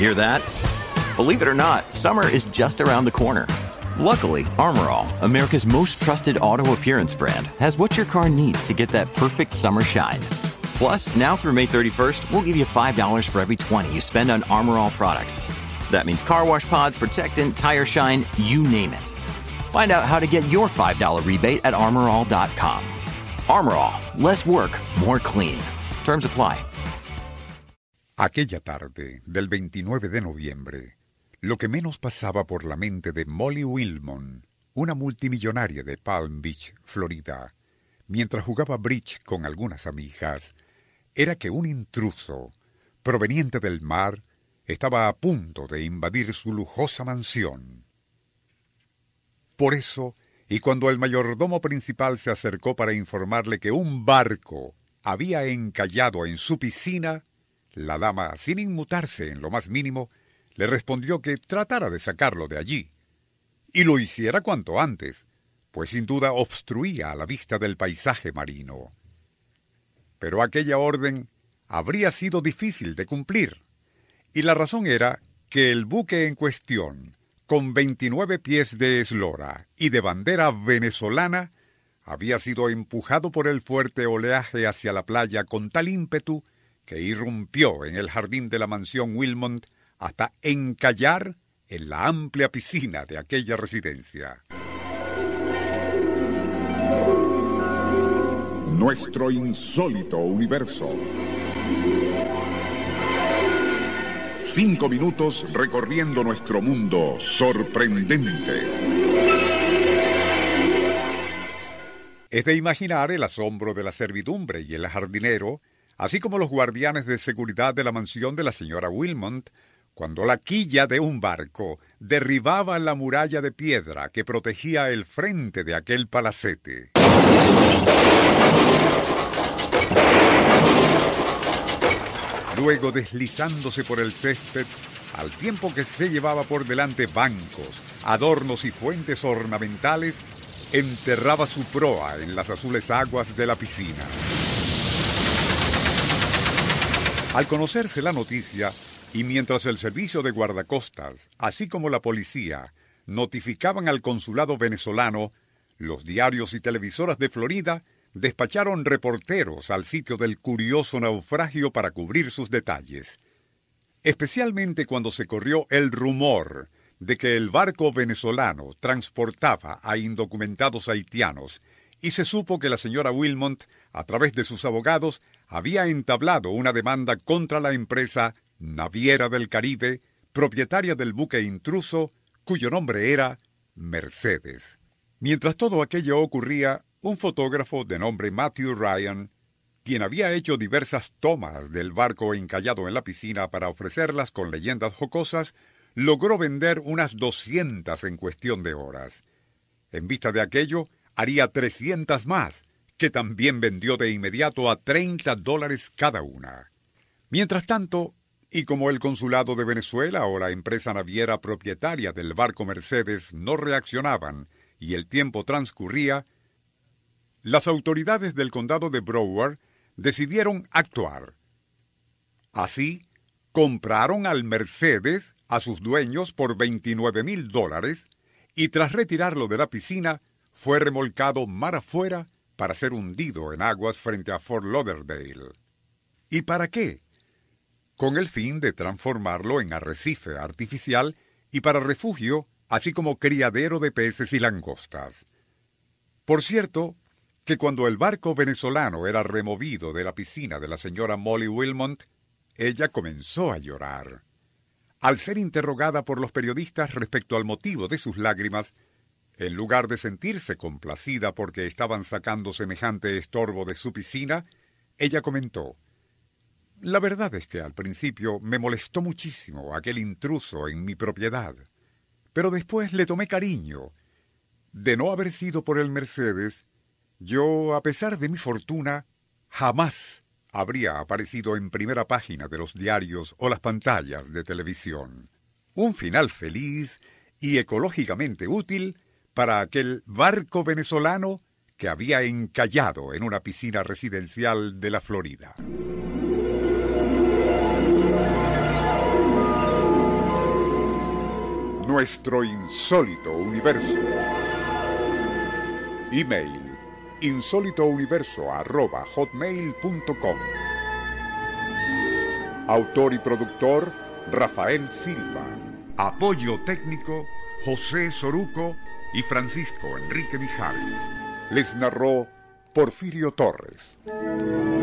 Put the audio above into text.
Hear that? Believe it or not, summer is just around the corner. Luckily, Armor All, America's most trusted auto appearance brand, has what your car needs to get that perfect summer shine. Plus, now through May 31st, we'll give you $5 for every $20 you spend on Armor All products. That means car wash pods, protectant, tire shine, you name it. Find out how to get your $5 rebate at armorall.com. Armor All, less work, more clean. Terms apply. Aquella tarde del 29 de noviembre, lo que menos pasaba por la mente de Molly Wilmont, una multimillonaria de Palm Beach, Florida, mientras jugaba bridge con algunas amigas, era que un intruso, proveniente del mar, estaba a punto de invadir su lujosa mansión. Por eso, y cuando el mayordomo principal se acercó para informarle que un barco había encallado en su piscina, la dama, sin inmutarse en lo más mínimo, le respondió que tratara de sacarlo de allí, y lo hiciera cuanto antes, pues sin duda obstruía a la vista del paisaje marino. Pero aquella orden habría sido difícil de cumplir, y la razón era que el buque en cuestión, con 29 pies de eslora y de bandera venezolana, había sido empujado por el fuerte oleaje hacia la playa con tal ímpetu que irrumpió en el jardín de la mansión Wilmont hasta encallar en la amplia piscina de aquella residencia. Nuestro insólito universo. 5 minutos recorriendo nuestro mundo sorprendente. Es de imaginar el asombro de la servidumbre y el jardinero, así como los guardianes de seguridad de la mansión de la señora Wilmont, cuando la quilla de un barco derribaba la muralla de piedra que protegía el frente de aquel palacete. Luego, deslizándose por el césped, al tiempo que se llevaba por delante bancos, adornos y fuentes ornamentales, enterraba su proa en las azules aguas de la piscina. Al conocerse la noticia, y mientras el servicio de guardacostas, así como la policía, notificaban al consulado venezolano, los diarios y televisoras de Florida despacharon reporteros al sitio del curioso naufragio para cubrir sus detalles. Especialmente cuando se corrió el rumor de que el barco venezolano transportaba a indocumentados haitianos, y se supo que la señora Wilmont, a través de sus abogados, había entablado una demanda contra la empresa Naviera del Caribe, propietaria del buque intruso, cuyo nombre era Mercedes. Mientras todo aquello ocurría, un fotógrafo de nombre Matthew Ryan, quien había hecho diversas tomas del barco encallado en la piscina para ofrecerlas con leyendas jocosas, logró vender unas 200 en cuestión de horas. En vista de aquello, haría 300 más, que también vendió de inmediato a $30 cada una. Mientras tanto, y como el consulado de Venezuela o la empresa naviera propietaria del barco Mercedes no reaccionaban y el tiempo transcurría, las autoridades del condado de Broward decidieron actuar. Así, compraron al Mercedes a sus dueños por $29,000 y tras retirarlo de la piscina, fue remolcado mar afuera para ser hundido en aguas frente a Fort Lauderdale. ¿Y para qué? Con el fin de transformarlo en arrecife artificial y para refugio, así como criadero de peces y langostas. Por cierto, que cuando el barco venezolano era removido de la piscina de la señora Molly Wilmont, ella comenzó a llorar. Al ser interrogada por los periodistas respecto al motivo de sus lágrimas, en lugar de sentirse complacida porque estaban sacando semejante estorbo de su piscina, ella comentó: «La verdad es que al principio me molestó muchísimo aquel intruso en mi propiedad, pero después le tomé cariño. De no haber sido por el Mercedes, yo, a pesar de mi fortuna, jamás habría aparecido en primera página de los diarios o las pantallas de televisión. Un final feliz y ecológicamente útil para aquel barco venezolano que había encallado en una piscina residencial de la Florida». Nuestro insólito universo. Email insólitouniverso@hotmail.com. Autor y productor Rafael Silva. Apoyo técnico José Soruco y Francisco Enrique Mijares. Les narró Porfirio Torres.